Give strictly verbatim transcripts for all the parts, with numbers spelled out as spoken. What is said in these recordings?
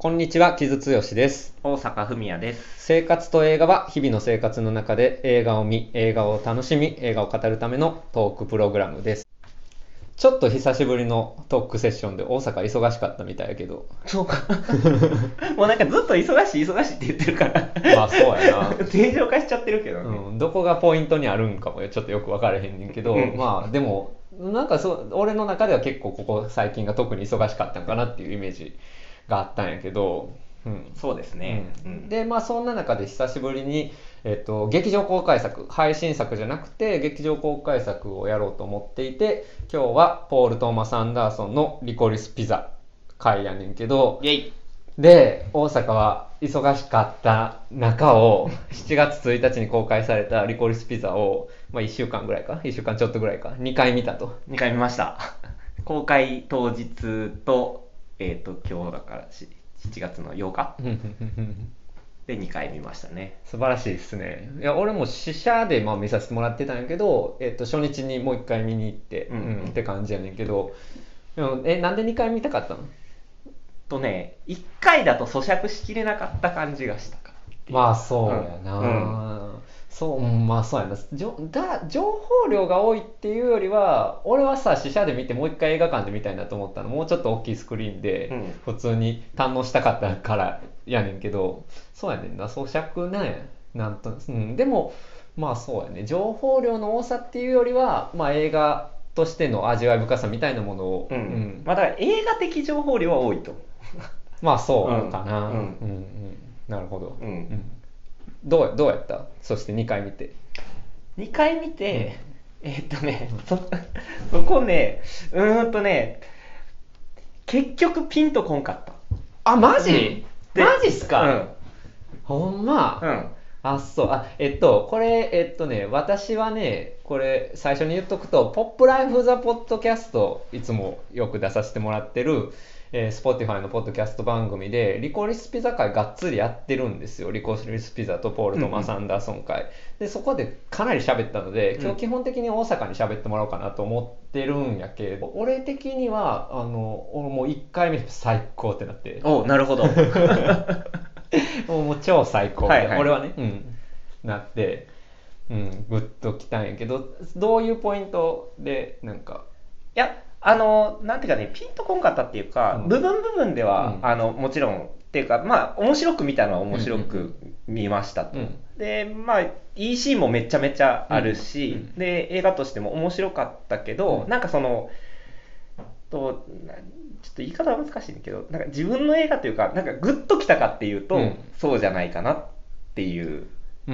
こんにちは、木津剛です。 大阪文也です。 生活と映画は日々の生活の中で映画を見、映画を楽しみ、映画を語るためのトークプログラムです。ちょっと久しぶりのトークセッションで大阪忙しかったみたいやけど。 そうか。もうなんかずっと忙しい忙しいって言ってるから。 まあそうやな。 正常化しちゃってるけどね。 うん、どこがポイントにあるんかもちょっとよく分からへんねんけど、 うん、 まあでもなんかそう俺の中では結構ここ最近が特に忙しかったんかなっていうイメージがあったんやけど。うん、 そうですね、 うん、でまあそんな中で久しぶりに、えっと、劇場公開作配信作じゃなくて劇場公開作をやろうと思っていて、今日はポール・トーマス・アンダーソンのリコリス・ピザ回やねんけど、 イェイで大阪は忙しかった中をしちがつついたちに公開されたリコリス・ピザを、まあ、いっしゅうかんぐらいかいっしゅうかんちょっとぐらいかにかい見たと。 にかい見ました。公開当日と、えっと今日だからししちがつのようかでにかい見ましたね。 素晴らしいですね。いや俺も試写でまあ見させてもらってたんやけど、えっと、初日にもういっかい見に行って、 うんうんうん、って感じやねんけど、でもえなんでにかい見たかったの？ とね、いっかいだと咀嚼しきれなかった感じがしたかまあそうやな、 うんうん、そう、まあそうやな、じょだ情報量が多いっていうよりは俺はさ試写で見てもう一回映画館で見たいなと思ったの、もうちょっと大きいスクリーンで普通に堪能したかったからやねんけど、そうやねんな、咀嚼ね、なんと、うん、でもまあそうやね、情報量の多さっていうよりは、まあ、映画としての味わい深さみたいなものを、 うん、ううん、 まあだから映画的情報量は多いと。 まあそうかな、 うんうんうん、なるほど、 うんうんどう、どうやった？そしてにかい見て。 にかい見て、うん、えー、っとね、そ、そこね、うーんとね、結局ピンとこんかった。 あ、マジ？うん、マジっすか？ うん。 ほんま。 うん。 あ、そう。あ、えっと、これ、えっとね、私はね、これ、最初に言っとくと、ポップライフ・ザ・ポッドキャスト、いつもよく出させてもらってる、えー、Spotify のポッドキャスト番組で、リコリスピザ会がっつりやってるんですよ。リコリスピザとポール・トマス・アンダーソン会。うんうん、で、そこでかなり喋ったので、今日基本的に大阪に喋ってもらおうかなと思ってるんやけど、俺的には、あの、俺もういっかいめ最高ってなって。 お、なるほど。 もうもう超最高、 はいはい、 俺はね、うん、なって、うん、グッときたんやけど、どういうポイントでなんか、 いや、あのなんていうかね、ピンとこんかったっていうか、うん、部分部分では、うん、あのもちろんっていうか、まあ面白く見たのは面白く見ましたと、うんうん、でまあいいシーンもめちゃめちゃあるし、うんうん、で映画としても面白かったけど、うん、なんかそのとちょっと言い方は難しいんだけど、なんか自分の映画というか、なんかグッときたかっていうと、うん、そうじゃないかなっていう。 うん、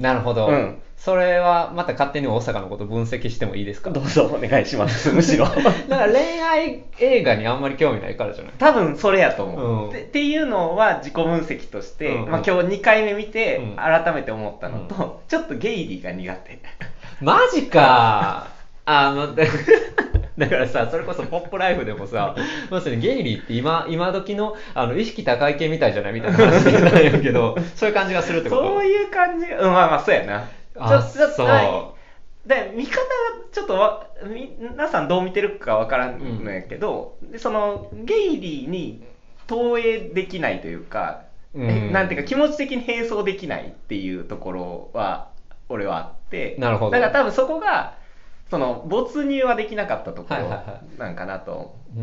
なるほど、うん、それはまた勝手に大阪のこと分析してもいいですか？ どうぞお願いします。むしろだから恋愛映画にあんまり興味ないからじゃない？ 多分それやと思う、うん、っていうのは自己分析として、うんうん、まあ、今日にかいめ見て改めて思ったのと、うん、ちょっとゲイリーが苦手。 マジかあのだからさ、それこそポップライフでもさ、まさにゲイリーって今今時のあの意識高い系みたいじゃないみたいな話なんやけど、そういう感じがするってこと？ そういう感じ、うん、まあまあそうやな。 あ、ちょっとそうで見方がちょっとわ皆さんどう見てるかわからんのやけど、うん、でそのゲイリーに投影できないというか、うん、なんていうか気持ち的に並走できないっていうところは俺はあって、 なるほど。 だから多分そこがその没入はできなかったところなんかなと、はいはいはい、 うん、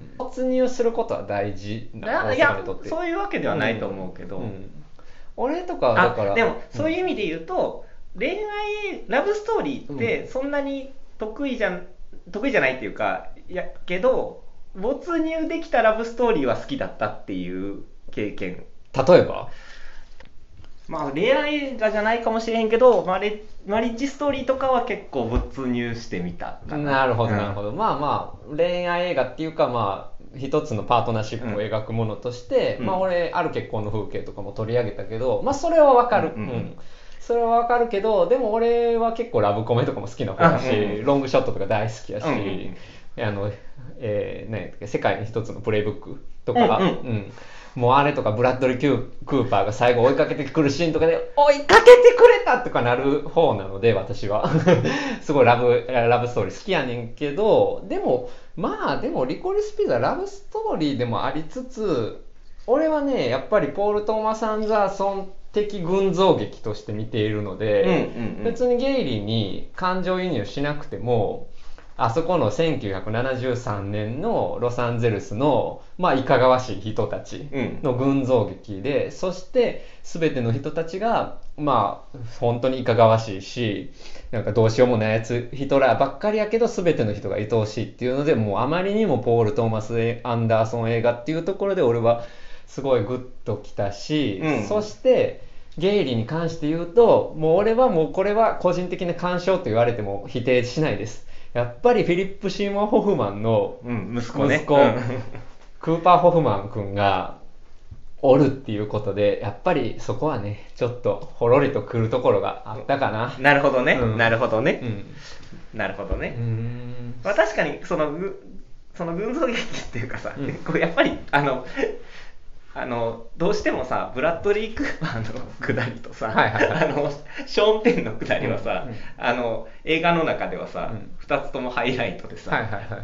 没入することは大事な、 いやそういうわけではないと思うけど、うんうん、 俺とかだからでもそういう意味で言うと、うん、恋愛ラブストーリーってそんなに得意じゃん、得意じゃないっていうか、やけど没入できたラブストーリーは好きだったっていう経験。 例えばまあ、恋愛映画じゃないかもしれへんけど、マリ、マリッジストーリーとかは結構没入してみたかな。 なるほどなるほど、うん、まあまあ恋愛映画っていうか、まあ一つのパートナーシップを描くものとして、うん、まあ俺ある結婚の風景とかも取り上げたけど、まあそれはわかる、うんうんうん、それはわかるけど、でも俺は結構ラブコメとかも好きな方だし、うんうん、ロングショットとか大好きやし、うんうん、あの、えー、何やったっけ、世界に一つのプレイブックとか、うんうんうんもうあれとかブラッドリー・キュー・クーパーが最後追いかけてくるシーンとかで追いかけてくれたとかなる方なので、私はすごいラブラブストーリー好きやねんけど、でもまあでもリコリスピザラブストーリーでもありつつ、 俺はねやっぱりポール・トーマス・アンダーソン的群像劇として見ているので、 うんうんうん、 別にゲイリーに感情移入しなくてもあそこのせんきゅうひゃくななじゅうさんねんのロサンゼルスの、まあ、いかがわしい人たちの群像劇で、うん、そして全ての人たちがまあ本当にいかがわしいしなんかどうしようもないやつ人らばっかりやけど全ての人が愛おしいっていうのでもうあまりにもポール・トーマス・アンダーソン映画っていうところで俺はすごいグッときたし、うん、そしてゲイリーに関して言うともう俺はもうこれは個人的な鑑賞と言われても否定しないです。やっぱりフィリップ・シーモア・ホフマンの息子、うん息子ね、クーパー・ホフマン君がおるっていうことでやっぱりそこはねちょっとほろりとくるところがあったかな。 なるほどね、 うん、 なるほどね、 うん、 なるほどね。 うーん、 まあ、確かにそのその群像劇っていうかさ、うん、こうやっぱりあのあのどうしてもさブラッドリー・クーパーのくだりとさ、はいはいはい、あのショーン・ペンのくだりはさ、うんうん、あの映画の中ではさ、うん、ふたつともハイライトでさ、 はいはいはいはい、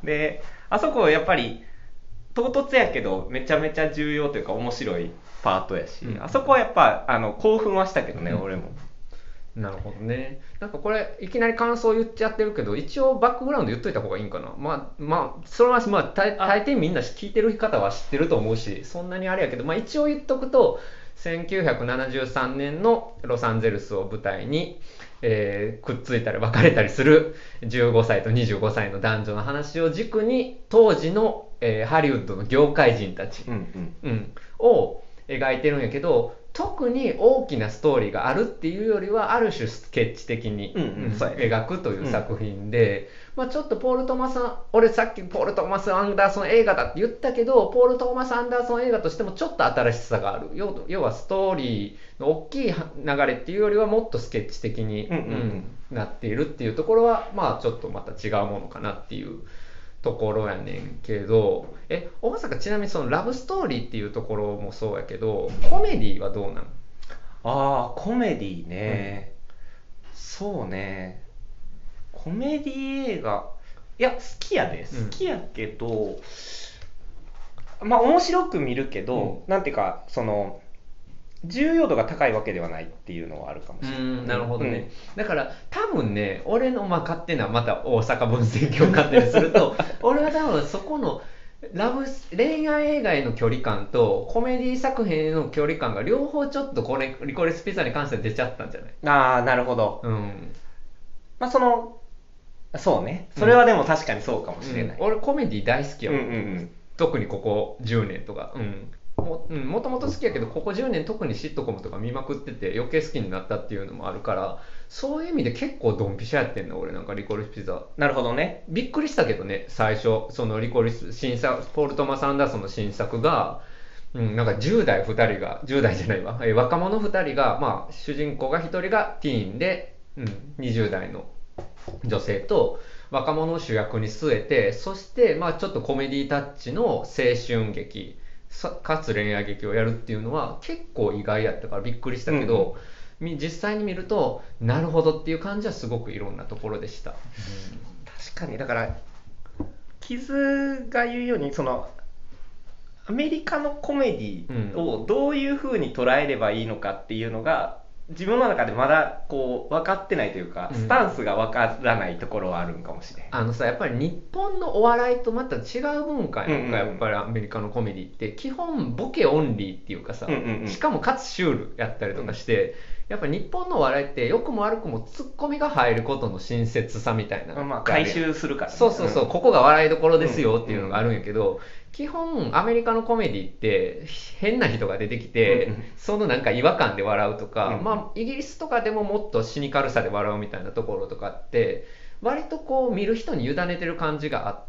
であそこやっぱり唐突やけどめちゃめちゃ重要というか面白いパートやし、うん、あそこはやっぱあの興奮はしたけどね、うん、俺も。 なるほどね。なんかこれいきなり感想言っちゃってるけど一応バックグラウンド言っといた方がいいんかな。まあまあそれはまあ 大, 大抵みんな聞いてる方は知ってると思うしそんなにあれやけど、まあ、一応言っとくとせんきゅうひゃくななじゅうさんねんのロサンゼルスを舞台に、えー、くっついたり別れたりするじゅうごさいとにじゅうごさいの男女の話を軸に当時の、えー、ハリウッドの業界人たち、うんうんうん、を描いてるんやけど特に大きなストーリーがあるっていうよりはある種スケッチ的に、うんうん、描くという作品で、うんまあ、ちょっとポール・トーマス俺さっきポール・トーマス・アンダーソン映画だって言ったけどポール・トーマス・アンダーソン映画としてもちょっと新しさがある 要, 要はストーリーの大きい流れっていうよりはもっとスケッチ的に、うんうんうん、なっているっていうところはまあちょっとまた違うものかなっていうところやねんけど、え、大阪ちなみにそのラブストーリーっていうところもそうやけどコメディはどうなの？ ああコメディね、うん、そうねコメディ映画いや好きやで好きやけど、うん、まあ面白く見るけど、うん、なんていうかその重要度が高いわけではないっていうのはあるかもしれない。うん、 なるほどね、うん、だから多分ね俺のまあ勝手なまた大阪分析を勝手にすると俺は多分そこのラブ恋愛映画への距離感とコメディ作品への距離感が両方ちょっとこれリコレスピザに関しては出ちゃったんじゃない？ ああなるほど、 うん、 まあそのそうねそれはでも確かにそうかもしれない、 うん、俺コメディ大好きやもん、 うんうんうん、 特にここじゅうねんとか、うんも, うん、もともと好きやけどここじゅうねん特にシットコムとか見まくってて余計好きになったっていうのもあるからそういう意味で結構ドンピシャやってんの俺なんかリコリスピザ。 なるほどね。 びっくりしたけどね最初そのリコリス新作ポール・トーマス・アンダーソンの新作が、うん、なんかじゅう代ふたりがじゅう代じゃないわ若者ふたりが、まあ、主人公がひとりがティーンで、うん、にじゅう代の女性と若者を主役に据えてそして、まあ、ちょっとコメディタッチの青春劇かつ恋愛劇をやるっていうのは結構意外やったからびっくりしたけど、うん、実際に見るとなるほどっていう感じはすごくいろんなところでした、うん、 確かにだからキズが言うようにそのアメリカのコメディをどういう風に捉えればいいのかっていうのが自分の中でまだこう分かってないというか、うん、スタンスが分からないところはあるんかもしれん。 あのさやっぱり日本のお笑いとまた違う文化やんか、うんうん、やっぱりアメリカのコメディって基本ボケオンリーっていうかさ、うんうんうん、しかもかつシュールやったりとかして、うん、やっぱ日本のお笑いって良くも悪くもツッコミが入ることの親切さみたいな、 まあ、回収するから、ね、 そうそうそう、うん、ここが笑いどころですよっていうのがあるんやけど、うんうん、基本アメリカのコメディって変な人が出てきて、うん、そのなんか違和感で笑うとか、うん、まあイギリスとかでももっとシニカルさで笑うみたいなところとかって割とこう見る人に委ねてる感じがあって、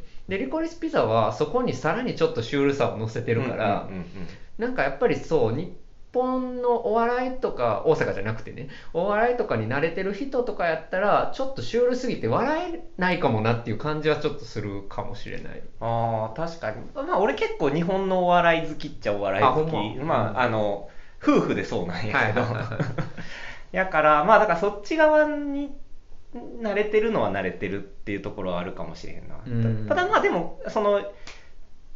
でリコリスピザはそこにさらにちょっとシュールさを乗せてるから、うんうんうんうん、なんかやっぱりそう日本のお笑いとか大阪じゃなくてねお笑いとかに慣れてる人とかやったらちょっとシュールすぎて笑えないかもなっていう感じはちょっとするかもしれない。 あ確かに、まあ、俺結構日本のお笑い好きっちゃお笑い好き、あ、まあ、うん、あの夫婦でそうなんやけど、はいはいはい、やからまあだからそっち側に慣れてるのは慣れてるっていうところはあるかもしれんな、うん、ただまあでもその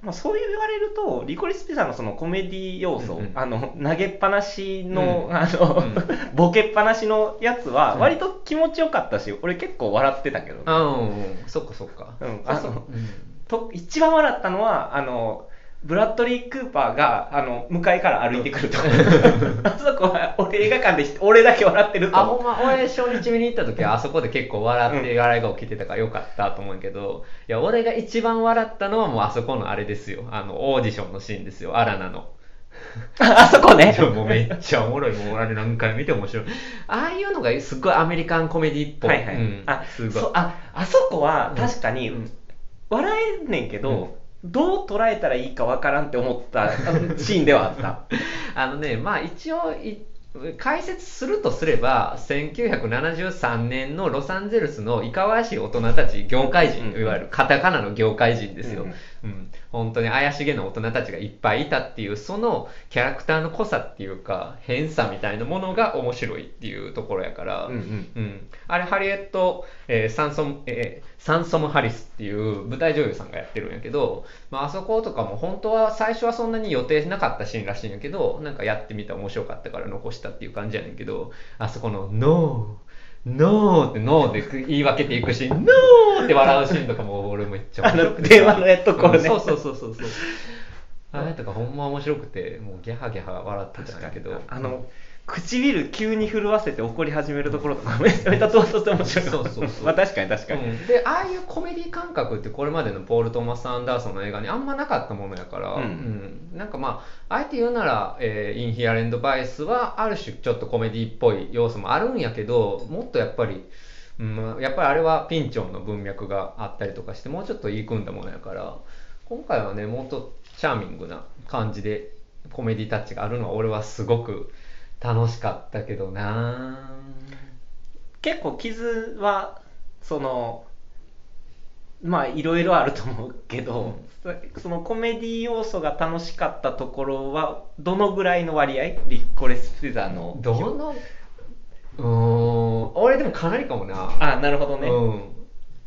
まあ、そう言われるとリコリスピザのそのコメディ要素、 うんうん、 あの投げっぱなしの、うん、あの、 うん、 ボケっぱなしのやつは割と気持ちよかったし、俺結構笑ってたけど、 あうん、うん、そっかそっか、 うん、あの、うん、と一番笑ったのはあのブラッドリー・クーパーがあの向かいから歩いてくると、うん、あそこは俺映画館で俺だけ笑ってると。 あほんま俺初日見に行った時はあそこで結構笑って笑いが起きてたからよかったと思うけど、いや俺が一番笑ったのはもうあそこのあれですよ、あのオーディションのシーンですよ、アラナのあそこねもうめっちゃおもろい、もうあれ何回見ても面白い、ああいうのがすっごいアメリカンコメディっぽい、 はいはい、うん、あすごい、ああそこは確かに笑えんねんけど、うんどう捉えたらいいかわからんって思ったシーンではあったあのねまあ一応解説するとすればせんきゅうひゃくななじゅうさんねんのロサンゼルスのいかわわしい大人たち業界人、うん、いわゆるカタカナの業界人ですよ、うんうん、本当に怪しげな大人たちがいっぱいいたっていうそのキャラクターの濃さっていうか変さみたいなものが面白いっていうところやから、うんうんうん、あれハリエット、えーサンソムえー、サンソム・ハリスっていう舞台女優さんがやってるんやけど、まあ、あそことかも本当は最初はそんなに予定なかったシーンらしいんやけどなんかやってみたら面白かったから残したっていう感じやねんけど、あそこのノーノーってノーで言い分けていくしノーって笑うシーンとかも俺めっちゃ面白くて、 電話のやっところね、 そうそうそうそうそうあれとかほんま面白くてもうギャハギャハ笑ってたんだけど、 あの唇急に震わせて怒り始めるところとかめちゃめちゃととて面白い。 そうそうそうまあ確かに確かに、 うん、でああいうコメディ感覚ってこれまでのポール・トーマス・アンダーソンの映画にあんまなかったものやから、うんうん、なんかまああえて言うなら、えー、インヒアレンド・バイスはある種ちょっとコメディっぽい要素もあるんやけどもっとやっぱり、うん、やっぱりあれはピンチョンの文脈があったりとかしてもうちょっと言い組んだものやから今回はねもっとチャーミングな感じでコメディタッチがあるのは俺はすごく楽しかったけどな。 結構傷はそのまあいろいろあると思うけど、うん、そのコメディ要素が楽しかったところはどのぐらいの割合リッコレスピザのどのうーん俺でもかなりかもな。 あなるほどね、うん、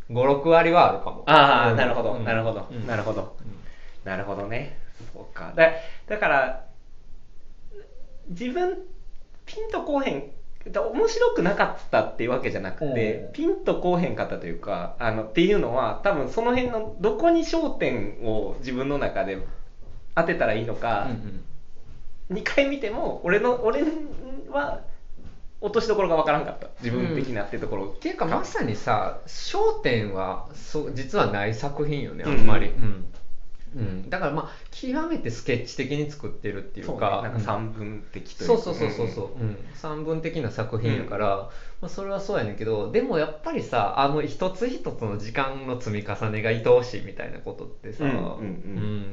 ごろく割はあるかも。 ああ、うん、なるほどなるほど、うん、なるほど、うん、なるほどね。そうかだだから自分ピンとこうへん面白くなかったっていうわけじゃなくて、ピンとこうへんかったというかあのっていうのは多分その辺のどこに焦点を自分の中で当てたらいいのか、うんうん、にかい見ても俺の俺は落としどころがわからんかった自分的なってところ、うん、 っていうかまさにさ焦点はそ実はない作品よねあんまり、うんうんうん、だからまあ極めてスケッチ的に作ってるっていうか、 そうね、なんか三分的というか、そうそうそうそう、うん、三分的な作品やから、うんまあ、それはそうやねんけどでもやっぱりさあの一つ一つの時間の積み重ねが愛おしいみたいなことってさ、うんうんうんうん、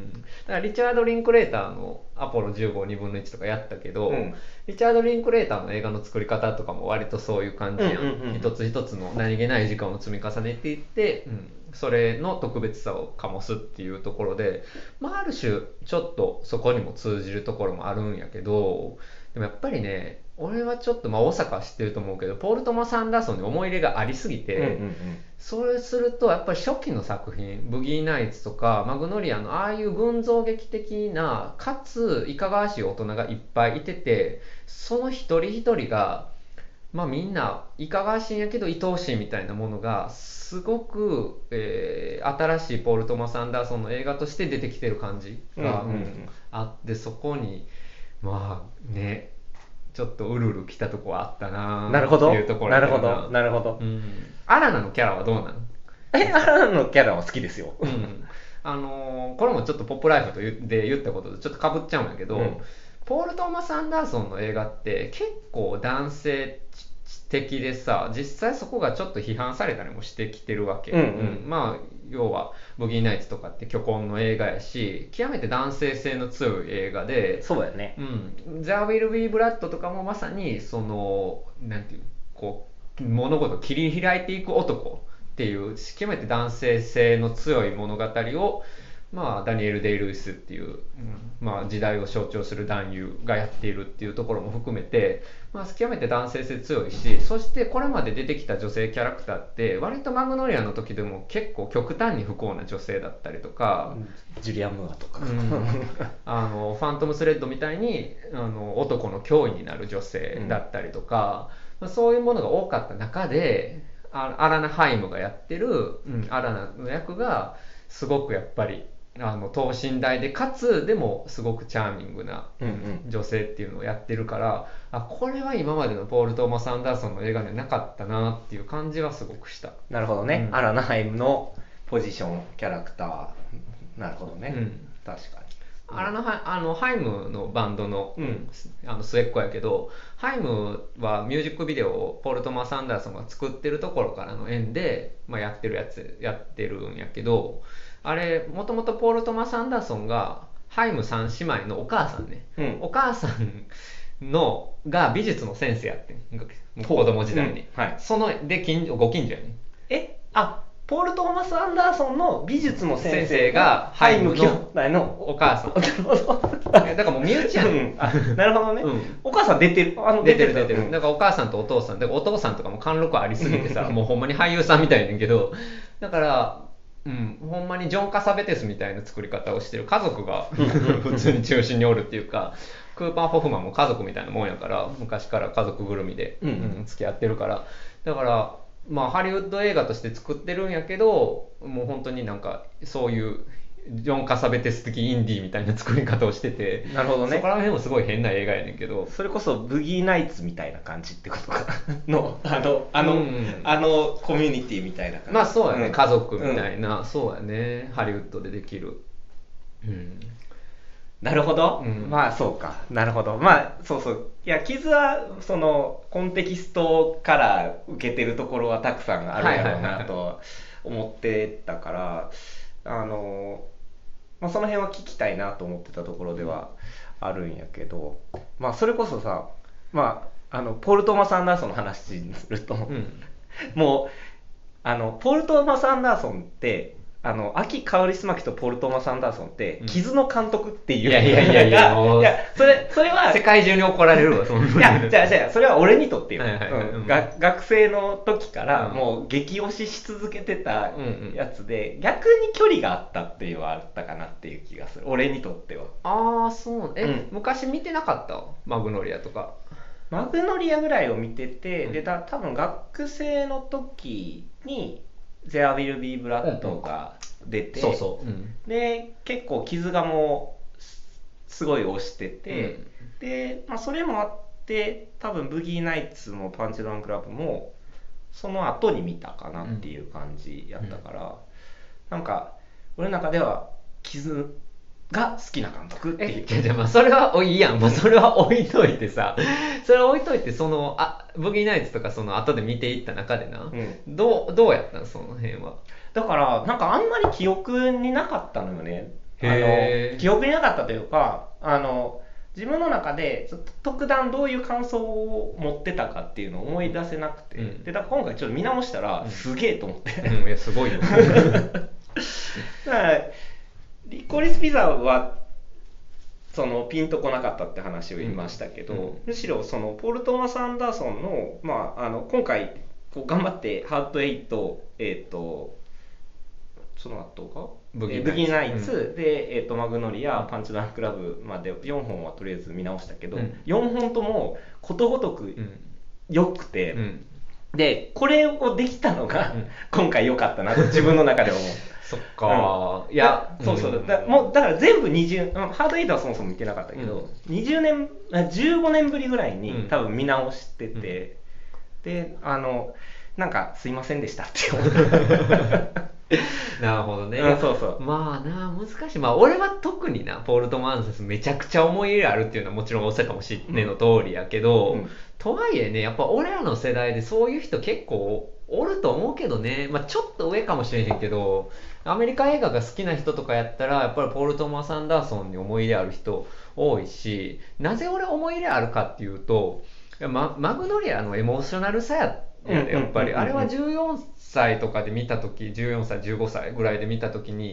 だからリチャード・リンクレーターのアポロじゅうごにぶんのいちとかやったけど、うん、リチャード・リンクレーターの映画の作り方とかも割とそういう感じやん、うんうんうん、一つ一つの何気ない時間を積み重ねていって、うんそれの特別さを醸すっていうところで、まあ、ある種ちょっとそこにも通じるところもあるんやけどでもやっぱりね俺はちょっとまあ大阪は知ってると思うけどポール・トマス・アンダーソンに思い入れがありすぎて、うんうんうん、それするとやっぱり初期の作品ブギー・ナイツとかマグノリアのああいう群像劇的なかついかがわしい大人がいっぱいいててその一人一人がまあみんないかがわしいんやけど愛おしいみたいなものがすごく、えー、新しいポール・トマス・アンダーソンの映画として出てきてる感じが、うんうんうん、あってそこにまあねちょっとうるうるきたとこはあったなっていうところなるほどなるほど、 うん、アラナのキャラはどうなの？ えアラナのキャラは好きですよ、 うんあのー、これもちょっとポップライフとで言ったことでちょっとかぶっちゃうんやけど、うん、ポール・トーマス・アンダーソンの映画って結構男性的でさ実際そこがちょっと批判されたりもしてきてるわけ、うんうんうん、まあ要はブギーナイツとかって虚婚の映画やし極めて男性性の強い映画でそうだよね、 うん、ザ・ウィル・ビー・ブラッドとかもまさにそのなんていうこう物事を切り開いていく男っていう極めて男性性の強い物語をまあ、ダニエル・デイ・ルイスっていう、うんまあ、時代を象徴する男優がやっているっていうところも含めて、まあ、極めて男性性強いし、そしてこれまで出てきた女性キャラクターって割とマグノリアの時でも結構極端に不幸な女性だったりとか、 ジュリアン・ムーアとか、うん、 あのファントム・スレッドみたいにあの男の脅威になる女性だったりとか、うん、そういうものが多かった中でアラナ・ハイムがやってる、うん、アラナの役がすごくやっぱりあの等身大でかつでもすごくチャーミングな女性っていうのをやってるから、うんうん、あこれは今までのポール・トーマス・アンダーソンの映画にはなかったなっていう感じはすごくした。 なるほどね、うん、アラナハイムのポジションキャラクター、なるほどね、うん、確かにアラナハイあのハイムのバンド の,、うん、あの末っ子やけど、ハイムはミュージックビデオをポール・トーマス・アンダーソンが作ってるところからの縁で、まあ、やってるやつやってるんやけど、あれもともとポール・トマス・アンダーソンがハイム三姉妹のお母さんね、うん、お母さんのが美術の先生やってん子供時代に、うんはい、そので近所ご近所やね。 えあポール・トーマス・アンダーソンの美術の先生がハイム兄弟のお母さんだからもう身内やね、うん、 あなるほどね、うん、お母さん出てるあの出てる出てる、うん、だからお母さんとお父さんだからお父さんとかも貫禄ありすぎてさもうほんまに俳優さんみたいねんけど、だからうん、ほんまにジョン・カサベテスみたいな作り方をしてる家族が普通に中心におるっていうかクーパー・ホフマンも家族みたいなもんやから、昔から家族ぐるみで、うんうん、付き合ってるから、だからまあハリウッド映画として作ってるんやけど、もう本当になんかそういうジョン・カサベテス的インディーみたいな作り方をしてて、 なるほどね、 そこら辺もすごい変な映画やねんけど、 それこそブギーナイツみたいな感じってことかのあのあの、うん、あのコミュニティみたいな感じ、 まあそうやね、うん、家族みたいな、うん、そうやね、ハリウッドでできる、うん、 なるほど、うん、まあそうか、なるほど、まあそうそう、いや傷はそのコンテキストから受けてるところはたくさんあるやろうなと思ってたから、あのまあ、その辺は聞きたいなと思ってたところではあるんやけど、まあそれこそさ、まああのポール・トーマス・アンダーソンの話にすると、うん、もうあのポール・トーマス・アンダーソンってあの秋カウリスマキとポール・トーマス・アンダーソンって傷の監督っていう、 いやいやいやいやいやそれそれは世界中に怒られるわそんないやじゃあじゃあそれは俺にとってよ、はいはいはいうん、が学生の時からもう激推しし続けてたやつで、うんうん、逆に距離があったっていうのはあったかなっていう気がする、俺にとっては。 ああそうえ、うん、昔見てなかったマグノリアとか。 マグノリアぐらいを見てて、うん、でた多分学生の時にThere Will Be Bloodが出て、 そうそう、うん、 で結構傷がもうすごい推してて、うん、で、まあ、それもあって多分ブギーナイツもパンチダウンクラブもその後に見たかなっていう感じやったから、うん、なんか俺の中では傷が好きな監督っていう。 えじゃあまあそれはいいやん、まあ、それは置いといてさそれは置いといてそのあブギーナイツとかその後で見ていった中でな、うん、どうどうやったのその辺は。 だからなんかあんまり記憶になかったのよね。あの記憶になかったというか、あの自分の中で特段どういう感想を持ってたかっていうのを思い出せなくて、うん、でだから今回ちょっと見直したら、うん、すげえと思って、 うん、いやすごいよだからリコリスピザはそのピンとこなかったって話を言いましたけど、うん、むしろそのポール・トーマス・アンダーソンの、まあ、あの今回こう頑張ってハートエイト、えーとその後がブギーナイツ、うん、で、えーと、マグノリア、パンチダウンクラブまでよんほんはとりあえず見直したけど、うん、よんほんともことごとく良くて、うん、でこれをできたのが、うん、今回良かったなと自分の中で思うそっか、うん、いやそうそう、だもうだから全部にじゅうハードエイトはそもそも見てなかったけど、うん、にじゅうねんじゅうごねんぶりぐらいに多分見直してて、うん、であのなんかすいませんでしたって思うなるほどね、 うん、そうそうまあな難しい、まあ俺は特になポール・トマンセスめちゃくちゃ思い入れあるっていうのはもちろんおっしゃるかもしれんの通りやけど、うん、とはいえねやっぱ俺らの世代でそういう人結構おると思うけどね、まあ、ちょっと上かもしれへんけどアメリカ映画が好きな人とかやったらやっぱりポール・トマス・アンダーソンに思い入れある人多いし、なぜ俺思い入れあるかっていうとマ, マグノリアのエモーショナルさやや, やっぱりあれはじゅうよんさいとかで見た時じゅうよんさいじゅうごさいぐらいで見た時に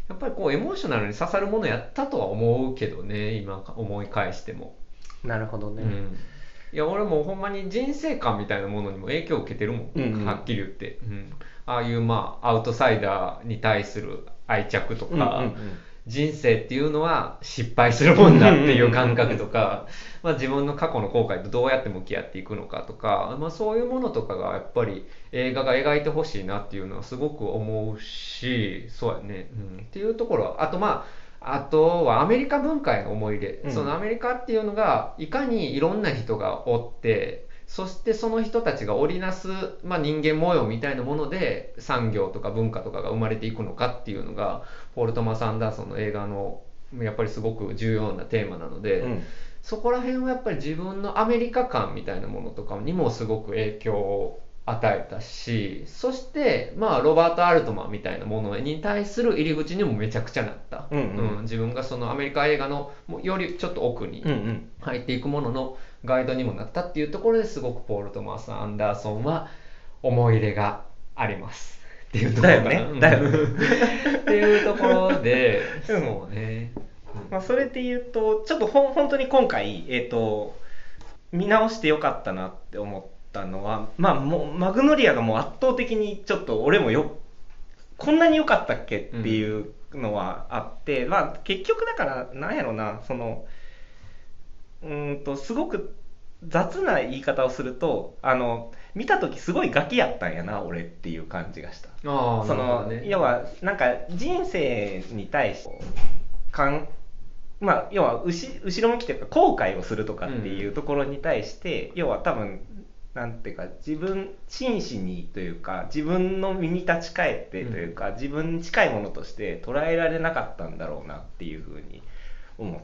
やっぱりこうエモーショナルに刺さるものやったとは思うけどね、今思い返しても。 なるほどね、 うん、いや俺もほんまに人生観みたいなものにも影響を受けてるもん、 うんうん、 はっきり言って、うん、ああいうまあアウトサイダーに対する愛着とか、うんうんうん、人生っていうのは失敗するもんだっていう感覚とか、まあ、自分の過去の後悔とどうやって向き合っていくのかとか、まあ、そういうものとかがやっぱり映画が描いてほしいなっていうのはすごく思うし、そうやね、うん、っていうところはあとまああとはアメリカ文化への思い入れ、うん、そのアメリカっていうのがいかにいろんな人がおって、そしてその人たちが織りなす、まあ、人間模様みたいなもので産業とか文化とかが生まれていくのかっていうのがポール・トマス・アンダーソンの映画のやっぱりすごく重要なテーマなので、うん、そこら辺はやっぱり自分のアメリカ感みたいなものとかにもすごく影響を与えたし、そしてまあロバート・アルトマンみたいなものに対する入り口にもめちゃくちゃなった、うんうんうん、自分がそのアメリカ映画のよりちょっと奥に入っていくもののガイドにもなったっていうところですごくポール・トマス・アンダーソンは思い入れがありますっていうところかな。だよね、だよねっていうところで、そうね、 うん、まあ、それで言うとちょっとほん本当に今回、えーと、見直してよかったなって思ってたのは、まあ、もうマグノリアがもう圧倒的にちょっと俺もよこんなに良かったっけっていうのはあって、うん、まあ、結局だからなんやろな、そのうーんとすごく雑な言い方をすると、あの見た時すごいガキやったんやな俺っていう感じがした。 あ、 その、ね、要はなんか人生に対してかんまあ、要は 後, 後ろ向きというか後悔をするとかっていうところに対して、うん、要は多分なんていうか自分真摯にというか自分の身に立ち返ってというか、うん、自分に近いものとして捉えられなかったんだろうなっていうふうに思って、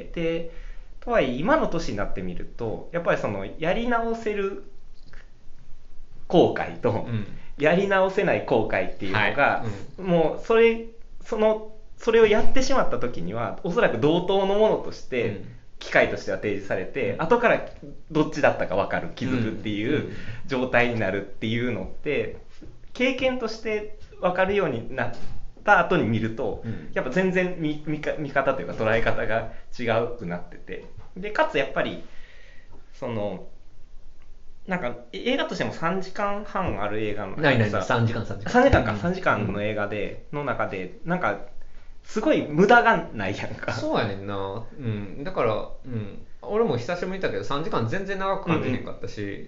でとはいえ今の年になってみるとやっぱりそのやり直せる後悔と、うん、やり直せない後悔っていうのが、はい、うん、もうそれそのそれをやってしまった時にはおそらく同等のものとして、うん、機会としては提示されて、うん、後からどっちだったか分かる気づくっていう状態になるっていうのって経験として分かるようになった後に見ると、うん、やっぱ全然 見, 見, 見方というか捉え方が違うくなってて、でかつやっぱりそのなんか映画としてもさんじかんはんある映画のないないないさんじかんさんじかんさんじかんかさんじかんの映画で、うん、の中でなんかすごい無駄がないやんか。 そうやねんな、うん、だから、うん、俺も久しぶりに見たけどさんじかん全然長く感じへんかったし、うんうん、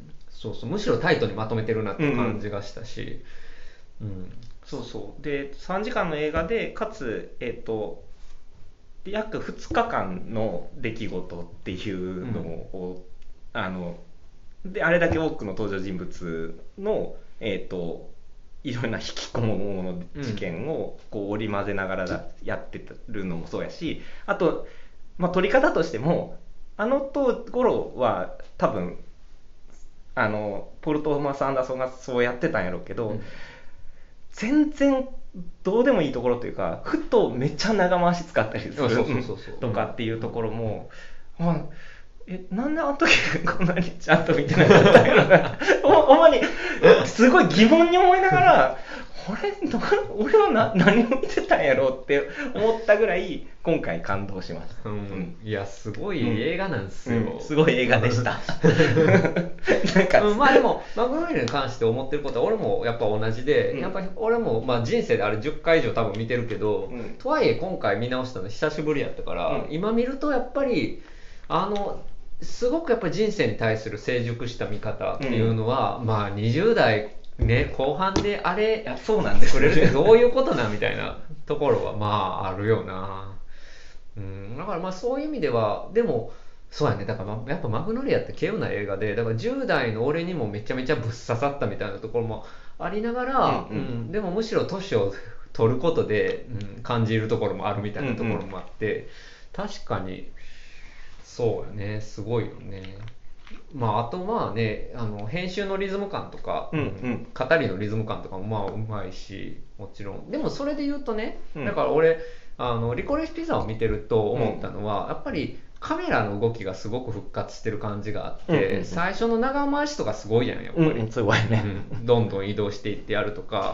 そうそう、むしろタイトにまとめてるなって感じがしたし、うんうん、 そうそうでさんじかんの映画でかつ、えーと、約ふつかかんの出来事っていうのを、うん、あのであれだけ多くの登場人物の、えーといろんな引きこものの事件をこう織り交ぜながらやってるのもそうやし、あと、まあ、撮り方としてもあの頃は多分あのポール・トーマス・アンダーソンがそうやってたんやろうけど、うん、全然どうでもいいところというかふとめっちゃ長回し使ったりするとかっていうところも、まあえ、なんであの時こんなにちゃんと見てなかったんやろなほんまにすごい疑問に思いながら俺, 俺はな何を見てたんやろうって思ったぐらい今回感動しました、 うんうん、いやすごい映画なんですよ、 うんうん、すごい映画でしたなんか、うん、まあでもマグノリアに関して思ってることは俺もやっぱ同じで、うん、やっぱり俺もまあ人生であれじゅっかい以上多分見てるけど、うん、とはいえ今回見直したの久しぶりやったから、うん、今見るとやっぱりあのすごくやっぱり人生に対する成熟した見方っていうのは、うん、まあにじゅう代ね後半であれやそうなんです、ね、くれるってどういうことなみたいなところはまああるよな、うん、だからまあそういう意味ではでもそうやね、だからやっぱマグノリアって稀有な映画でだからじゅう代の俺にもめちゃめちゃぶっ刺さったみたいなところもありながら、うんうんうん、でもむしろ年を取ることで、うん、感じるところもあるみたいなところもあって、うんうん、確かにそうよね、すごいよね。まああとまあね、あの編集のリズム感とか、うんうん、語りのリズム感とかもまあうまいし、もちろん。でもそれで言うとね、うん、だから俺あのリコリスピザを見てると思ったのは、うん、やっぱりカメラの動きがすごく復活してる感じがあって、うんうんうん、最初の長回しとかすごいやんやっぱり、うん、 すごいね、 うん、どんどん移動していってやるとか、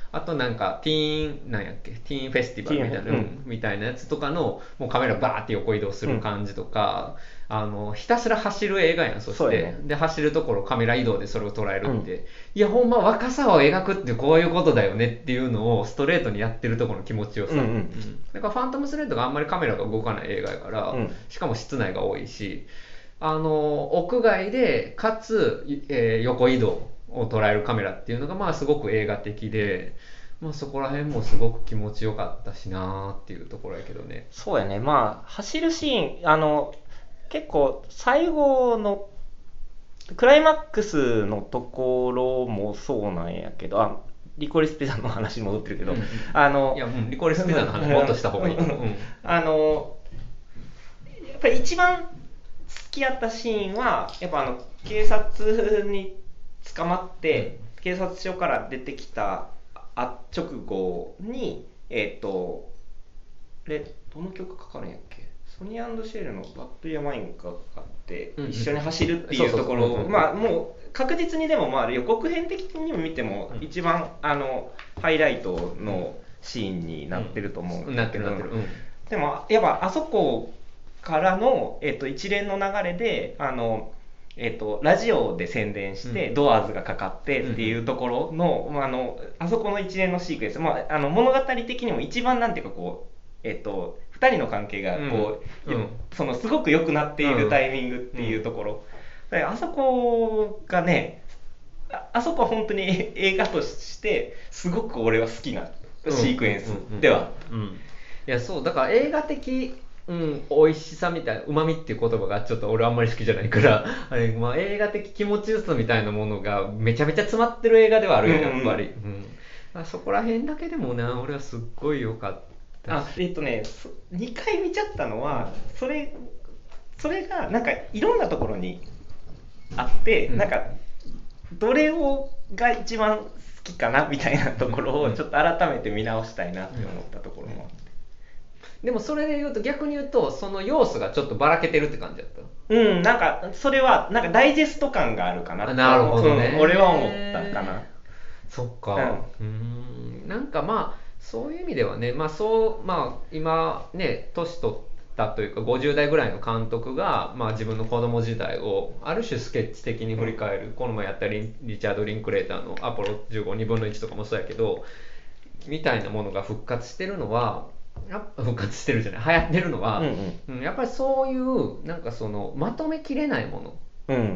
あとなんかティーンなんやっけティーンフェスティバルみたいな、うん、みたいなやつとかのもうカメラバーって横移動する感じとか、うん、あのひたすら走る映画やん。そして、ね、で走るところカメラ移動でそれを捉えるって、うん、いやほんま若さを描くってこういうことだよねっていうのをストレートにやってるところの気持ちよさ、うんうん、だからファントムスレッドがあんまりカメラが動かない映画やから、うん、しかも室内が多いし、あの屋外でかつ、えー、横移動を捉えるカメラっていうのがまあすごく映画的で、まあ、そこら辺もすごく気持ちよかったしなっていうところやけどね。 そうやね。まあ走るシーン、あの結構最後のクライマックスのところもそうなんやけど、あリコリスピザの話に戻ってるけど、うんうん、あのいや、うん、リコリスピザの話もっとした方がいい、うん、 あのやっぱり一番好きやったシーンはやっぱあの警察に捕まって、うん、警察署から出てきたあ直後にえっ、ー、とでどの曲かかるんやっけ、ソニー&シェルのバッド・イヤ・マインがかかって一緒に走るっていうところを、まあもう確実にでもまあ予告編的にも見ても一番、うん、あのハイライトのシーンになってると思うんだけど、うん、なってるなってる、うん、でもやっぱあそこからの、えー、と一連の流れであのえー、とラジオで宣伝して、うん、ドアーズがかかってっていうところの、うん、あのあそこの一連のシークエンス、まあ、あの物語的にも一番なんていうかこう、えー、とふたりの関係がこう、うん、そのすごく良くなっているタイミングっていうところ、うんうん、あそこがね あ, あそこは本当に映画としてすごく俺は好きなシークエンスでは、 うんうんうんうん、いやそうだから映画的うん、美味しさみたいな、うまみっていう言葉がちょっと俺あんまり好きじゃないからあれ、まあ、映画的気持ちよさみたいなものがめちゃめちゃ詰まってる映画ではあるよ、やっぱり、うんうん、そこら辺だけでもな俺はすっごい良かったあえっとねにかい見ちゃったのはそれそれがなんかいろんなところにあって、うん、なんかどれをが一番好きかなみたいなところをちょっと改めて見直したいなって思ったところもあって、 でもそれで言うと逆に言うとその要素がちょっとばらけてるって感じだった。 うんなんかそれはなんかダイジェスト感があるかなって。 なるほどね、 うん、俺は思ったかな。 そっか、うん、うーんなんかまあそういう意味ではねまあそうまあ今ね年取ったというかごじゅう代ぐらいの監督が、まあ、自分の子供時代をある種スケッチ的に振り返る、うん、この前やったリリチャード・リンクレーターのアポロじゅうごにぶんのいちとかもそうやけどみたいなものが復活してるのは復活してるじゃない流行ってるのは、うんうん、やっぱりそういうなんかそのまとめきれないもの、 うんうんうん、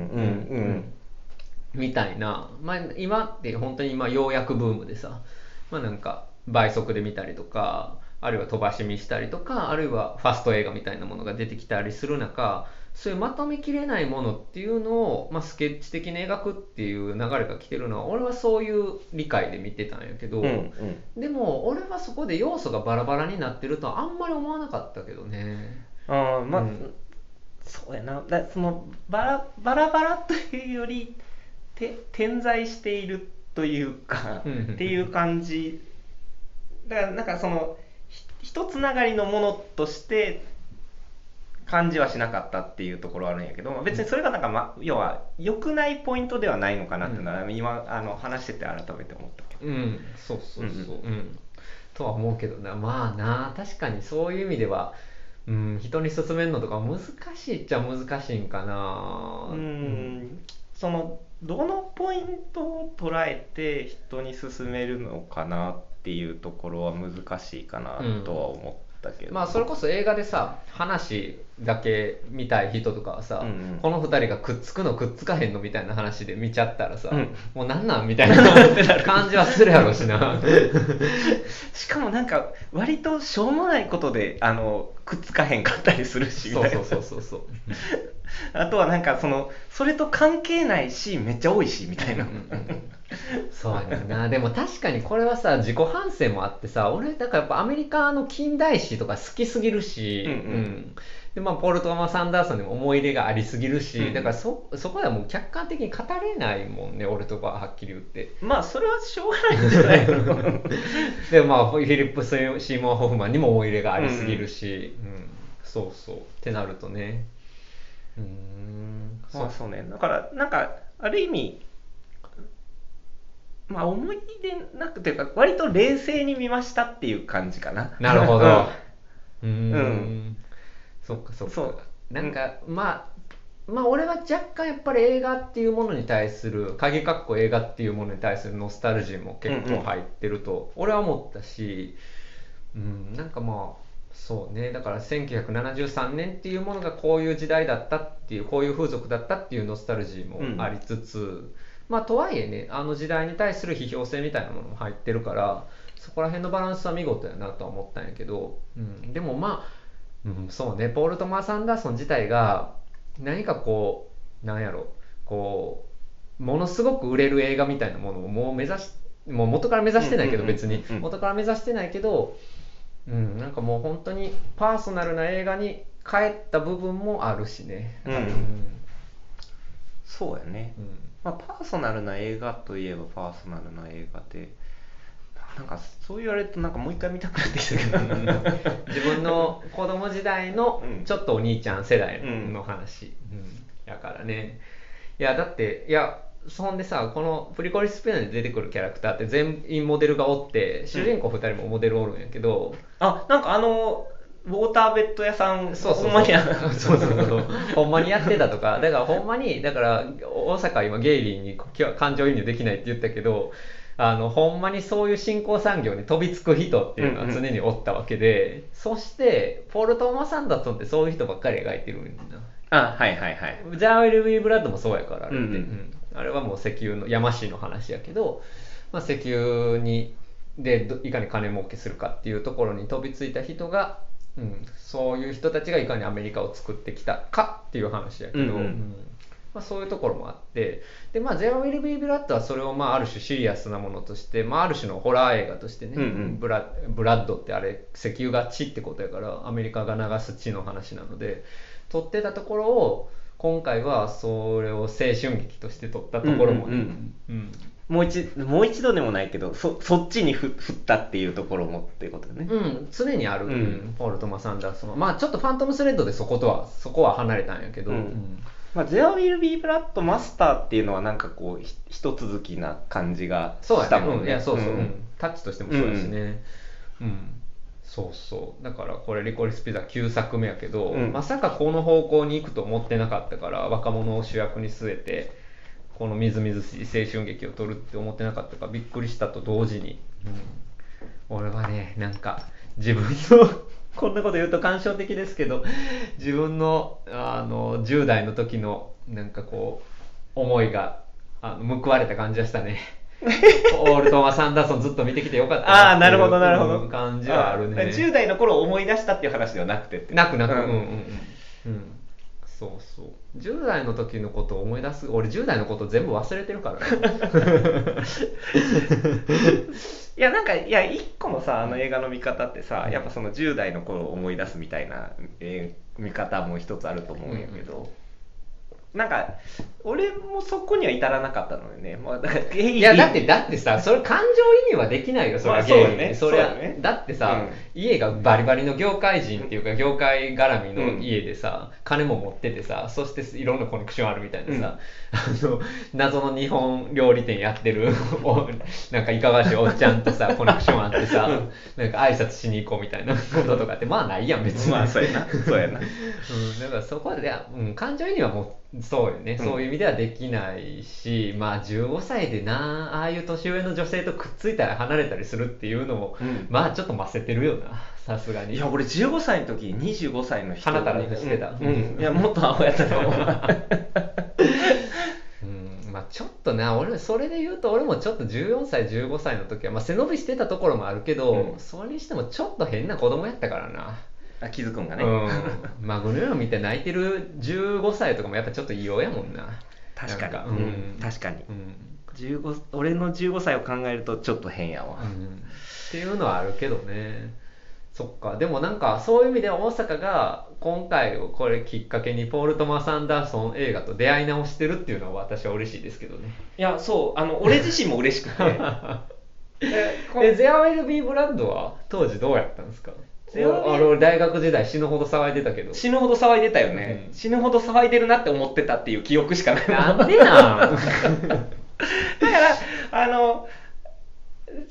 みたいな、まあ、今って本当に今ようやくブームでさ、まあ、なんか倍速で見たりとかあるいは飛ばし見したりとかあるいはファスト映画みたいなものが出てきたりする中そういうまとめきれないものっていうのを、まあ、スケッチ的に描くっていう流れが来てるのは俺はそういう理解で見てたんやけど、うんうん、でも俺はそこで要素がバラバラになってるとはあんまり思わなかったけどね。 あまあ、うん、そうやなだそのバラバラバラというよりて点在しているというかっていう感じだからなんかその一つながりのものとして感じはしなかったっていうところはあるんやけど別にそれがなんか、ま、要は良くないポイントではないのかなっていうのは、うん、今あの話してて改めて思ったけどうんそうそうそう、うんうん、とは思うけどなまあな確かにそういう意味では、うん、人に勧めるのとか難しいっちゃ難しいんかなうん、うん、そのどのポイントを捉えて人に勧めるのかなっていうところは難しいかなとは思ったけど、 うんまあ、それこそ映画でさ話だけ見たい人とかはさ、うんうん、このふたりがくっつくのくっつかへんのみたいな話で見ちゃったらさ、うん、もうなんなんみたいな感じはするやろうしなしかもなんか割としょうもないことであのくっつかへんかったりするしみたいなそうそうそうそうあとはなんかそのそれと関係ないしめっちゃ多いしみたいなそうやなでも確かにこれはさ自己反省もあってさ俺だからやっぱアメリカの近代史とか好きすぎるし、うんうんうんでまあ、ポール・トーマス・アンダーソンにも思い入れがありすぎるし、うん、だから そ, そこではもう客観的に語れないもんね俺とかははっきり言ってまあそれはしょうがないんじゃないのでまあフィリップ・シーモア・ホフマンにも思い入れがありすぎるし、うんうん、そうそうってなるとねうーんまあそうねだからなんかある意味まあ思い出なくていうか割と冷静に見ましたっていう感じかな。 なるほど。うーん、 うん、 そっかそっか。 そうなんか、うん、まあまあ俺は若干やっぱり映画っていうものに対する鍵括弧映画っていうものに対するノスタルジーも結構入ってると俺は思ったし、うん、なんかまあそうね、だからせんきゅうひゃくななじゅうさんねんっていうものがこういう時代だったっていう、こういう風俗だったっていうノスタルジーもありつつ、うん、まあとはいえね、あの時代に対する批評性みたいなものも入ってるから、そこら辺のバランスは見事やなとは思ったんやけど、うん、でもまあ、うん、そうね、ポール・トマース・アンダーソン自体が何かこう、なんやろ、こう、ものすごく売れる映画みたいなものをもう目指し、もう元から目指してないけど別に、元から目指してないけど、うん、なんかもう本当にパーソナルな映画に帰った部分もあるしね。 うんうん、そうやね、うん、まあ、パーソナルな映画といえばパーソナルな映画で、なんかそう言われるとなんかもう一回見たくなってきたけど自分の子供時代のちょっとお兄ちゃん世代の話、うんうん、やからね。いやだっていやそんでさ、このプリコリスピアノで出てくるキャラクターって全員モデルがおって、主人公ふたりもモデルおるんやけど、うん、 あ、なんかあのウォーターベッド屋さん、 そうそうそう、ほんまにそうそうそうほんまにやってたとか、だからほんまに、だから大阪今ゲイリーに感情移入できないって言ったけど、あのほんまにそういう新興産業に飛びつく人っていうのは常におったわけで、うんうん、そしてポール・トーマス・アンダーソンってそういう人ばっかり描いてるんだ。 あ、はいはいはい。 ジャー・ウィル・ウィー・ブラッドもそうやからあれって、うんうん、あれはもう石油の山師の話やけど、まあ、石油にでいかに金儲けするかっていうところに飛びついた人が、うん、そういう人たちがいかにアメリカを作ってきたかっていう話やけど、うんうんうん、まあ、そういうところもあって、で、まあ、There Will Be Bloodはそれをまあある種シリアスなものとして、まあ、ある種のホラー映画としてね、うんうん、ブラ、ブラッドってあれ石油が血ってことやからアメリカが流す血の話なので撮ってたところを今回はそれを青春劇として撮ったところもね、うんうんうん、もう一もう一度でもないけど そ, そっちに振ったっていうところもっていうことね。 うん、常にある、うん、ポール・トマス・アンダーソンはまあちょっとファントムスレッドでそことはそこは離れたんやけど、うんうん、 まあ、There Will Be Blood マスターっていうのはなんかこう一続きな感じがしたもんね。 そうやね、うん、いやそうそう、うん、タッチとしてもそうだしね、うん、うん、そうそうだからこれリコリスピザきゅうさくめやけど、うん、まさかこの方向に行くと思ってなかったから、若者を主役に据えてこのみずみずしい青春劇を撮るって思ってなかったからびっくりしたと同時に、うん、俺はねなんか自分のこんなこと言うと感傷的ですけど、自分の、あのじゅう代の時のなんかこう思いがあの報われた感じがしたね。ポール・トーマス・アンダーソンずっと見てきてよかったなっていう、あー、なるほどなるほど感じはあるね。 じゅう代の頃思い出したっていう話ではなくてってなくなく、うんうんうんうん、そうそうじゅう代の時のことを思い出す。俺じゅう代のこと全部忘れてるからねいやなんかいや一個のさあの映画の見方ってさ、やっぱそのじゅう代の頃を思い出すみたいな、えー、見方も一つあると思うんやけど、うんうん、なんか俺もそこには至らなかったのよね。まあ、だからいやだってだってさそれ感情移入はできないよそれは。ゲームね。それはね。だってさ、うん、家がバリバリの業界人っていうか業界絡みの家でさ、うん、金も持っててさ、そしていろんなコネクションあるみたいなさ、うん、あの謎の日本料理店やってるなんかいかがわしいおっちゃんとさコネクションあってさ、なんか挨拶しに行こうみたいなこととかってまあないやん別に。 まあそうやなそうやな、うん、 だからそこで、うん、感情移入はもうそうよね、うん、そういう意味ではできないし、まあじゅうごさいでなああいう年上の女性とくっついたり離れたりするっていうのも、うん、まあちょっとませてるよなさすがに。 いや俺じゅうごさいの時にじゅうごさいの人鼻たらしてた、 うんうん、いやもっとアホやったと思ううん、まあちょっとな俺それで言うと俺もちょっとじゅうよんさいじゅうごさいの時は、まあ、背伸びしてたところもあるけど、うん、それにしてもちょっと変な子供やったからな。 あ、気づくんがね、 うん、孫のよう見て泣いてるじゅうごさいとかもやっぱちょっと異様やもんな。 確かに、うん、確かに、うん、じゅうご俺のじゅうごさいを考えるとちょっと変やわ、うん、 っていうのはあるけどね。そっか。でもなんかそういう意味では大阪が今回をこれきっかけにポール・トマス・アンダーソン映画と出会い直してるっていうのは私は嬉しいですけどね。 いやそうあの俺自身も嬉しくてえThere Will Be Bloodは当時どうやったんですか。あの大学時代死ぬほど騒いでたけど。 死ぬほど騒いでたよね、うん、死ぬほど騒いでるなって思ってたっていう記憶しかない。 なんでなんだからあの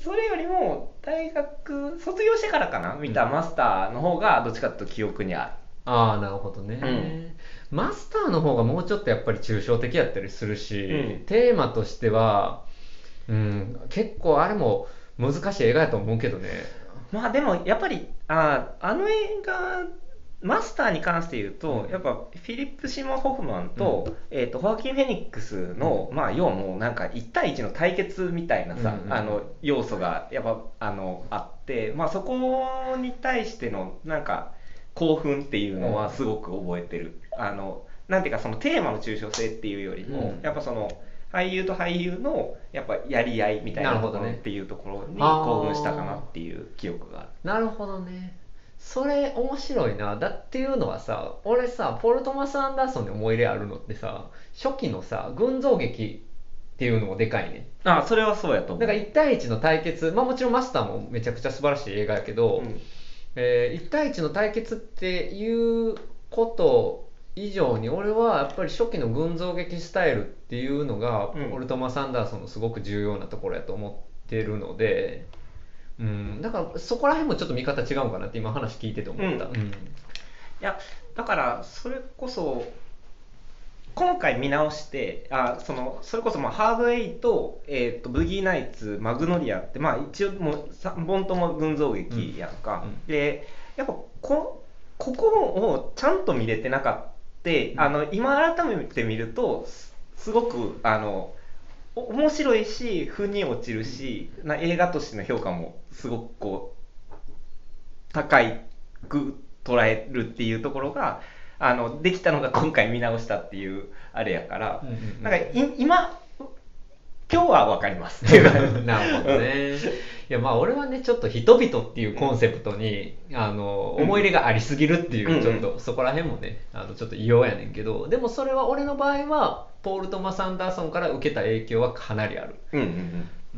それよりも大学卒業してからかな見たマスターの方がどっちかというと記憶にある。 ああなるほどね、うん、マスターの方がもうちょっとやっぱり抽象的やったりするし、うん、テーマとしては、うん、結構あれも難しい映画やと思うけどね。 まあでもやっぱりああの映画マスターに関して言うと、うん、やっぱフィリップ・シーモア・ホフマンと、うん、えーとホアキン・フェニックスの、うん、まあ要はもうなんかいち対いちの対決みたいなさ、うんうん、あの要素がやっぱあのあって、まあそこに対してのなんか興奮っていうのはすごく覚えてる。あのなんていうかそのテーマの抽象性っていうよりも、うん、やっぱその俳優と俳優のやっぱやり合いみたいなところっていうところに興奮したかなっていう記憶がある。 なるほどね。それ面白いな。だっていうのはさ、俺さポール・トマス・アンダーソンに思い入れあるのってさ、初期のさ群像劇っていうのもでかいね。 ああそれはそうやと思う。 だからいち対いちの対決、まあもちろんマスターもめちゃくちゃ素晴らしい映画やけど、うんえー、いち対いちの対決っていうこと以上に俺はやっぱり初期の群像劇スタイルっていうのが、うん、ポール・トマス・アンダーソンのすごく重要なところやと思ってるので、うん、だからそこら辺もちょっと見方違うかなって今話聞いてて思った、うんうん、いやだからそれこそ今回見直してあそのそれこそまあハードエイト、えー、とブギーナイツマグノリアって、まあ、一応もうさんぼんとも群像劇やんか、うん、でやっぱ こ, ここをちゃんと見れてなかった、うん、あの今改めて見るとすごくあの面白いし腑に落ちるしな映画としての評価もすごくこう高く捉えるっていうところがあのできたのが今回見直したっていうあれやから、うんうんうん、なんかい今今日は分かりますっていうなるほどね。いやまあ俺はねちょっと人々っていうコンセプトに、うん、あの思い入れがありすぎるっていう、うん、ちょっとそこら辺もねあのちょっと異様やねんけど、でもそれは俺の場合はポール・トマス・アンダーソンから受けた影響はかなりある。うんうんうんうん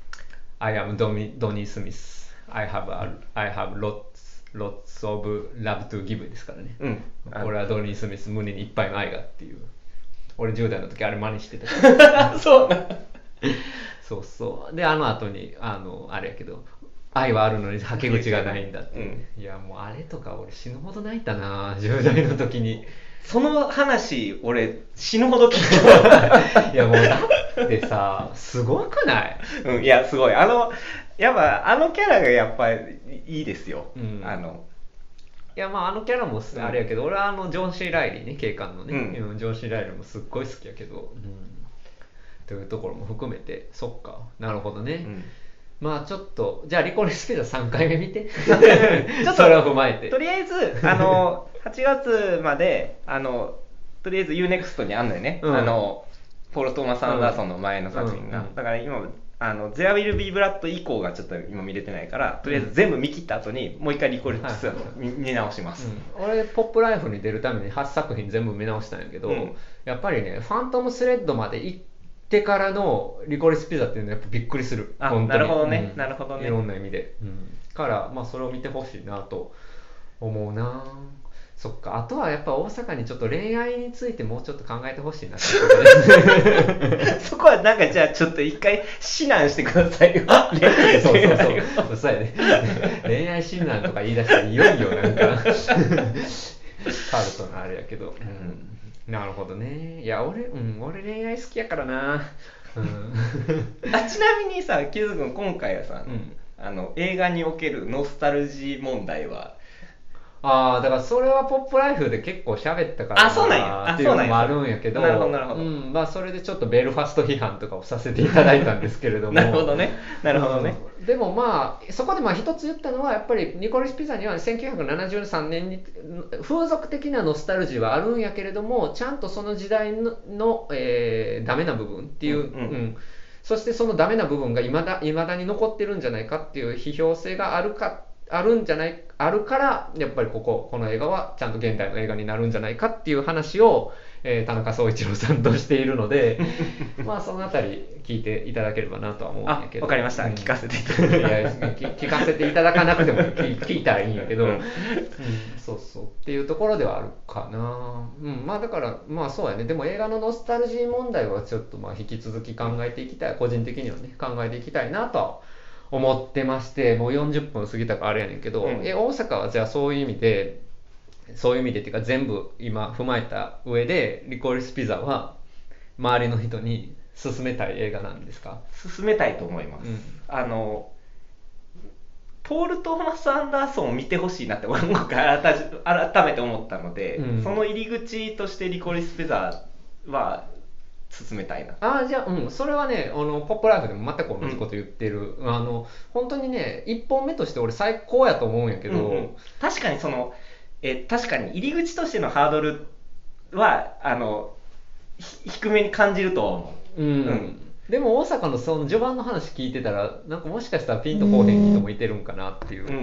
、I am ドニー・スミス I have, a, I have lots, lots of love to give ですからね、うん、俺はドニー・スミス胸にいっぱいの愛がっていう。俺じゅう代の時あれ真似してたそうなそうそうであの後にあのあれやけど愛はあるのにはけ口がないんだって、うん、いやもうあれとか俺死ぬほど泣いたなじゅう代の時に。 その話俺死ぬほど聞いたいやもうだってさすごくない、 うん、いやすごいあのやっぱあのキャラがやっぱりいいですよ、うん、あのいやまああのキャラもあれやけど、うん、俺はあのジョン・シー・ライリーね警官のね、うん、ジョン・シー・ライリーもすっごい好きやけど、うん、というところも含めてそっかなるほどね、うん、まあちょっとじゃあリコレスピザさんかいめ見てちょっとそれを踏まえてとりあえずあのはちがつまであのとりあえず ユーネクスト にあんのよね、うん、あのポール・トーマス・アンダーソンの前の作品が、うんうんうん、だから今あの There Will Be Blood 以降がちょっと今見れてないからとりあえず全部見切った後にもう一回リコレスピザを見直します、 うん、俺ポップライフに出るためにはちさく品全部見直したんやけど、うん、やっぱりねファントムスレッドまで行ってからのリコレスピザっていうのはやっぱびっくりする。 あ、なるほどね、うん、なるほどね、 いろんな意味で、うん、からまあそれを見てほしいなと思うな。そっか、あとはやっぱ大阪にちょっと恋愛についてもうちょっと考えてほしいなってことでそこはなんかじゃあちょっと一回指南してくださいよそうそうそうそうやね恋愛指南とか言い出したらいよいよなんかカルトのあれやけど、うん、なるほどね。いや俺、うん、俺恋愛好きやからな、うん、 あちなみにさキズ君今回はさ、うん、あの映画におけるノスタルジー問題はああだからそれはポップライフで結構喋ったからあそうなんやっていうのもあるんやけど、 なるほどなるほど、 うんまあ、それでちょっとベルファスト批判とかをさせていただいたんですけれどもなるほどねなるほどね、 うん、でもまあそこでまあ一つ言ったのはやっぱりニコレス・ピザにはせんきゅうひゃくななじゅうさんねんに風俗的なノスタルジーはあるんやけれどもちゃんとその時代 の, の、えー、ダメな部分っていう、うんうんうん、そしてそのダメな部分がいまだ、いまだに残ってるんじゃないかっていう批評性があるかあるんじゃないあるからやっぱりこここの映画はちゃんと現代の映画になるんじゃないかっていう話を、えー、田中総一郎さんとしているのでまあそのあたり聞いていただければなとは思うんだけど。 わかりました、うん、聞かせていただいや聞かせていただかなくても聞, 聞いたらいいんやけど、うんうん、そうそうっていうところではあるかな、うん、まあだからまあそうやね。でも映画のノスタルジー問題はちょっとまあ引き続き考えていきたい個人的にはね考えていきたいなとは思ってまして、もうよんじゅっぷん過ぎたからあれやねんけど、うん、え大阪はじゃあそういう意味でそういう意味でっていうか全部今踏まえた上でリコリスピザは周りの人に勧めたい映画なんですか？ 勧めたいと思います、うん、あのポール・トーマス・アンダーソンを見てほしいなって僕が改めて思ったので、うん、その入り口としてリコリスピザは進めたいな。 ああ、じゃあ、うん、それはね、あのポップライフでも全く同じこと言ってる、うん、あの本当にねいっぽんめとして俺最高やと思うんやけど、うんうん、 確かにそのえ確かに入り口としてのハードルはあの低めに感じると思う、うんうん、 でも大阪のその序盤の話聞いてたらなんかもしかしたらピンとこうへん人もいてるんかなっていう、うんうん、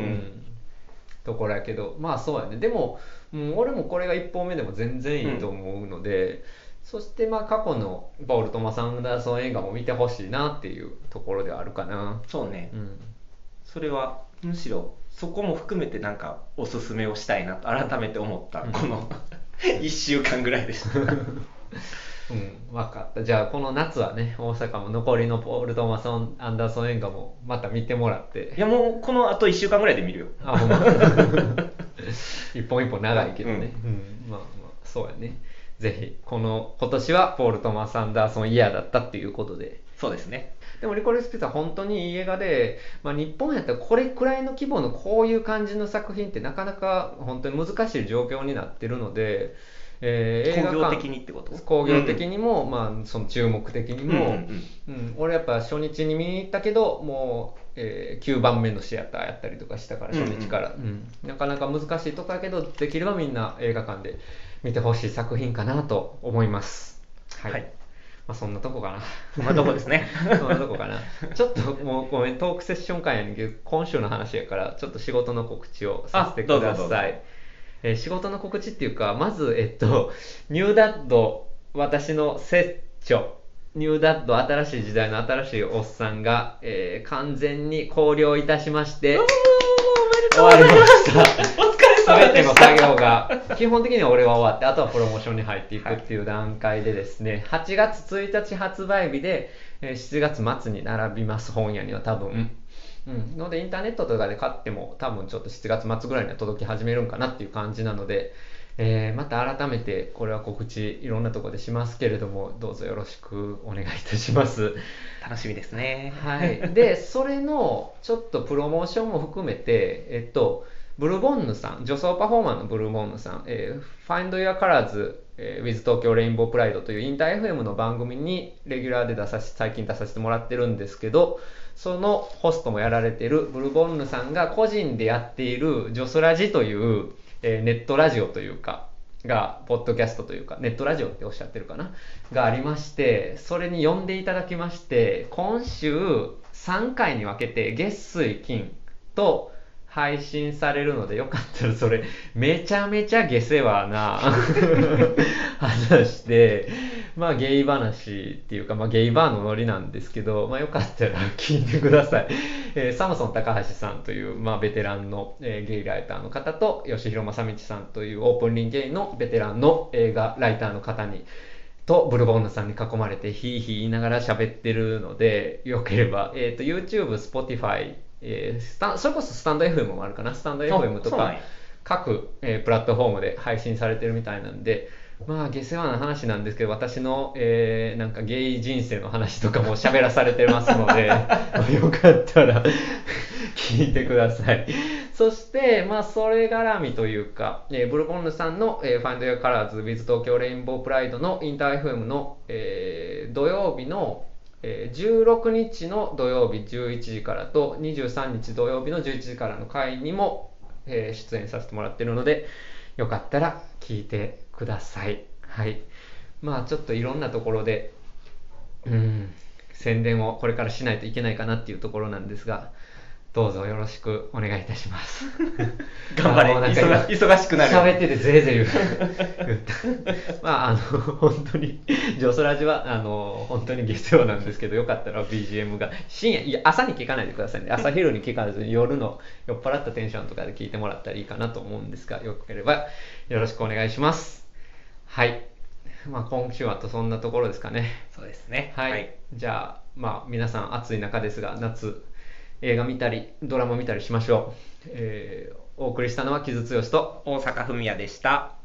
ところやけど、まあそうやね。でも、うん、俺もこれがいっぽんめでも全然いいと思うので、うん、そしてまあ過去のポール・トマス・アンダーソン映画も見てほしいなっていうところではあるかな。 そうね、うん、それはむしろそこも含めてなんかおすすめをしたいなと改めて思った、うん、このいっしゅうかんぐらいでしたうん、分かった。じゃあこの夏はね大阪も残りのポール・トマス・アンダーソン映画もまた見てもらって。 いやもうこのあといっしゅうかんぐらいで見るよ。 あほんま一本一本長いけどね、うんうん、まあまあそうやね。ぜひこの今年はポール・トマス・アンダーソンイヤーだったっていうことで。 そうですね。 でもリコリスピザ本当にいい映画で、まあ、日本やったらこれくらいの規模のこういう感じの作品ってなかなか本当に難しい状況になってるので、 えー、工業的にってこと？ 工業的にも、うん、まあ、その注目的にも、うんうんうん、俺やっぱ初日に見に行ったけどもう、えー、きゅうばんめのシアターやったりとかしたから初日から、うんうんうん、なかなか難しいとこやけどできればみんな映画館で見てほしい作品かなと思います。はい、はい、まあ、そんなとこかな。 そんなとこですね。 そんなとこかな。ちょっともうごめんトークセッション会やねんけど今週の話やからちょっと仕事の告知をさせてください。どうぞどうぞ。えー、仕事の告知っていうかまずえっとニューダッド私の摂著ニューダッド新しい時代の新しいおっさんが、えー、完全に考慮いたしまして終わりました。 お疲れ様でした。 全ての作業が基本的には俺は終わってあとはプロモーションに入っていくっていう段階でですね、はちがつついたち発売日で、えー、しちがつ末に並びます。本屋には多分、うん、のでインターネットとかで買っても多分ちょっとしちがつ末ぐらいには届き始めるんかなっていう感じなので、えー、また改めてこれは告知いろんなところでしますけれどもどうぞよろしくお願いいたします。 楽しみですね。 はい。でそれのちょっとプロモーションも含めてえっとブルボンヌさん女装パフォーマーのブルボンヌさん、えー、Find Your Colors with 東京レインボープライドというインター エフエム の番組にレギュラーで出さし最近出させてもらってるんですけどそのホストもやられているブルボンヌさんが個人でやっているジョスラジという、えー、ネットラジオというかがポッドキャストというかネットラジオっておっしゃってるかながありましてそれに呼んでいただきまして今週さんかいに分けて月水金と配信されるのでよかったらそれめちゃめちゃ下世話な話でまあゲイ話っていうか、まあ、ゲイバーのノリなんですけど、まあ、よかったら聞いてください、えー、サムソン高橋さんという、まあ、ベテランの、えー、ゲイライターの方と吉弘正道さんというオープンリンゲイのベテランの映画ライターの方にとブルボンヌさんに囲まれてヒーヒー言いながら喋ってるのでよければ、えーと、YouTube、Spotifyえー、スタそれこそスタンド エフエム もあるかなスタンド エフエム とか各、えー、プラットフォームで配信されてるみたいなんでまあ下世話な話なんですけど私の、えー、なんかゲイ人生の話とかも喋らされてますのでまあよかったら聞いてください。そしてまあそれ絡みというか、えー、ブルボンヌさんの、えー、Find Your Colors with 東京レインボープライドのインター エフエム の、えー、土曜日のじゅうろくにちの土曜日じゅういちじからとにじゅうさんにち土曜日のじゅういちじからの回にも出演させてもらっているのでよかったら聞いてください。はい。まあちょっといろんなところでうん宣伝をこれからしないといけないかなっていうところなんですがどうぞよろしくお願いいたします。 頑張れ。忙, 忙しくなる。 喋っててぜいぜい言う。まああの本当にジョソラジはあの本当に下世話なんですけどよかったら ビージーエム が深夜いや朝に聞かないでくださいね。朝昼に聞かずに夜の酔っ払ったテンションとかで聞いてもらったらいいかなと思うんですがよければよろしくお願いします。はい。まあ今週はとそんなところですかね。 そうですね。 はい。はい、じゃあまあ皆さん暑い中ですが夏映画見たりドラマ見たりしましょう。えーお送りしたのは木津剛と大阪文也でした。